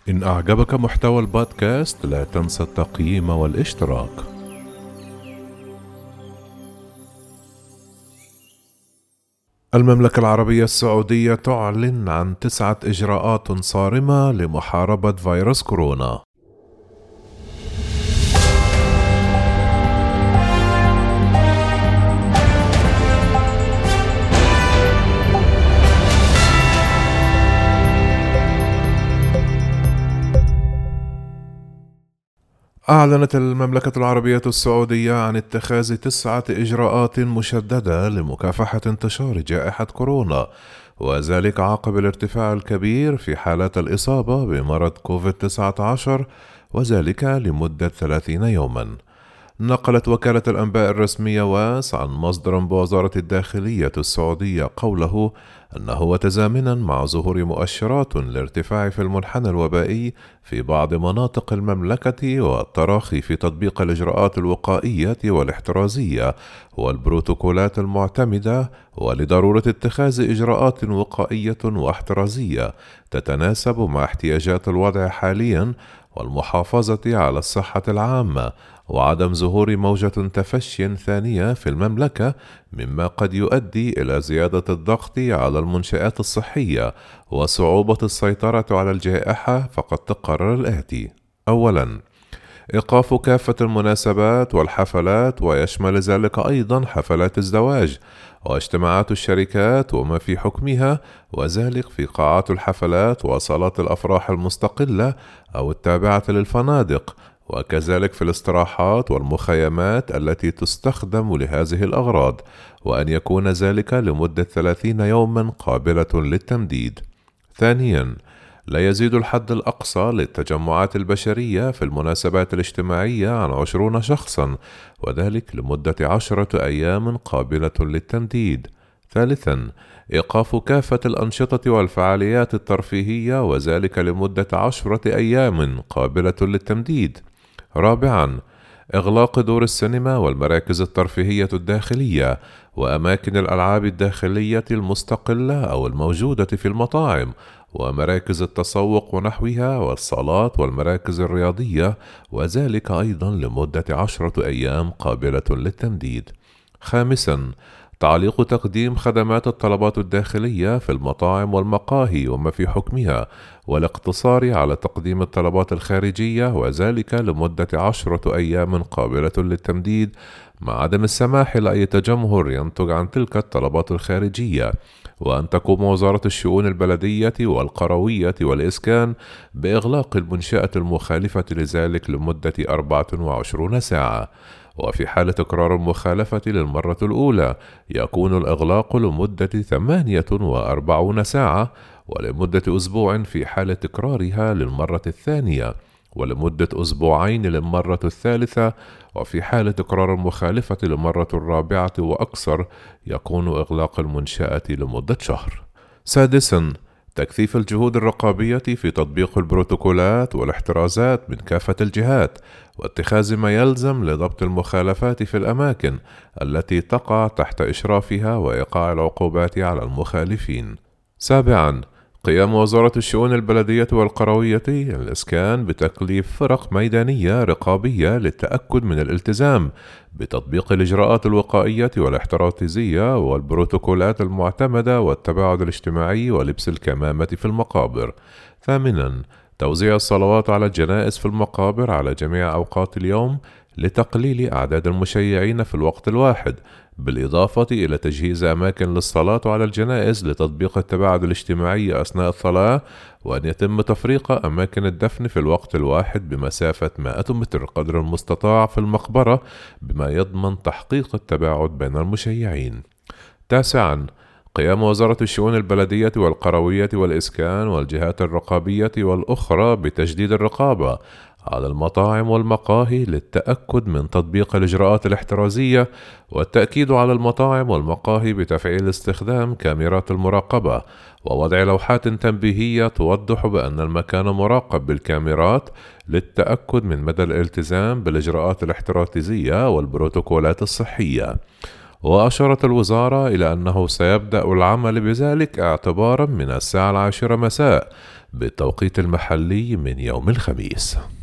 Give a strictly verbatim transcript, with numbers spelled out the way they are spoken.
إن أعجبك محتوى البودكاست لا تنسى التقييم والاشتراك. المملكة العربية السعودية تعلن عن تسعة إجراءات صارمة لمحاربة فيروس كورونا. أعلنت المملكة العربية السعودية عن اتخاذ تسعة إجراءات مشددة لمكافحة انتشار جائحة كورونا، وذلك عقب الارتفاع الكبير في حالات الإصابة بمرض كوفيد تسعة عشر، وذلك لمدة ثلاثين يوماً. نقلت وكالة الأنباء الرسمية واس عن مصدر بوزارة الداخلية السعودية قوله أنه وتزامنا مع ظهور مؤشرات لارتفاع في المنحنى الوبائي في بعض مناطق المملكة والتراخي في تطبيق الإجراءات الوقائية والاحترازية والبروتوكولات المعتمدة، ولضرورة اتخاذ إجراءات وقائية واحترازية تتناسب مع احتياجات الوضع حاليا والمحافظة على الصحة العامة وعدم ظهور موجة تفشي ثانية في المملكة، مما قد يؤدي إلى زيادة الضغط على المنشآت الصحية وصعوبة السيطرة على الجائحة. فقد تقرر الآتي: أولاً، إيقاف كافة المناسبات والحفلات، ويشمل ذلك أيضاً حفلات الزواج واجتماعات الشركات وما في حكمها، وذلك في قاعات الحفلات وصالات الأفراح المستقلة أو التابعة للفنادق، وكذلك في الاستراحات والمخيمات التي تستخدم لهذه الأغراض، وأن يكون ذلك لمدة ثلاثين يوما قابلة للتمديد. ثانيا، لا يزيد الحد الأقصى للتجمعات البشرية في المناسبات الاجتماعية عن عشرون شخصا، وذلك لمدة عشرة أيام قابلة للتمديد. ثالثا، إيقاف كافة الأنشطة والفعاليات الترفيهية، وذلك لمدة عشرة أيام قابلة للتمديد. رابعا، إغلاق دور السينما والمراكز الترفيهية الداخلية وأماكن الألعاب الداخلية المستقلة أو الموجودة في المطاعم ومراكز التسوق ونحوها والصالات والمراكز الرياضية، وذلك أيضا لمدة عشرة أيام قابلة للتمديد. خامسا، تعليق تقديم خدمات الطلبات الداخلية في المطاعم والمقاهي وما في حكمها، والاقتصار على تقديم الطلبات الخارجية، وذلك لمدة عشرة أيام قابلة للتمديد، مع عدم السماح لأي تجمهر ينتج عن تلك الطلبات الخارجية. وأن تقوم وزارة الشؤون البلدية والقروية والإسكان بإغلاق المنشأة المخالفة لذلك لمدة أربعة وعشرين ساعة. وفي حالة تكرار المخالفة للمرة الأولى يكون الإغلاق لمدة ثمانية وأربعين ساعة، ولمدة أسبوع في حالة تكرارها للمرة الثانية، ولمدة أسبوعين للمرة الثالثة، وفي حالة تكرار المخالفة للمرة الرابعة وأكثر يكون إغلاق المنشأة لمدة شهر. سادساً، تكثيف الجهود الرقابية في تطبيق البروتوكولات والاحترازات من كافة الجهات، واتخاذ ما يلزم لضبط المخالفات في الأماكن التي تقع تحت إشرافها وإيقاع العقوبات على المخالفين. سابعاً، قيام وزارة الشؤون البلدية والقروية الإسكان بتكليف فرق ميدانية رقابية للتأكد من الالتزام بتطبيق الإجراءات الوقائية والاحترازية والبروتوكولات المعتمدة والتباعد الاجتماعي ولبس الكمامة في المقابر. ثامناً، توزيع الصلوات على الجنائز في المقابر على جميع أوقات اليوم لتقليل أعداد المشيعين في الوقت الواحد، بالإضافة إلى تجهيز أماكن للصلاة على الجنائز لتطبيق التباعد الاجتماعي أثناء الصلاة، وأن يتم تفريق أماكن الدفن في الوقت الواحد بمسافة مائة متر قدر المستطاع في المقبرة، بما يضمن تحقيق التباعد بين المشيعين. تاسعاً، قيام وزارة الشؤون البلدية والقروية والإسكان والجهات الرقابية والأخرى بتجديد الرقابة على المطاعم والمقاهي للتأكد من تطبيق الإجراءات الاحترازية، والتأكيد على المطاعم والمقاهي بتفعيل استخدام كاميرات المراقبة ووضع لوحات تنبيهية توضح بأن المكان مراقب بالكاميرات للتأكد من مدى الالتزام بالإجراءات الاحترازية والبروتوكولات الصحية. وأشارت الوزارة إلى أنه سيبدأ العمل بذلك اعتبارا من الساعة العاشرة مساء بالتوقيت المحلي من يوم الخميس.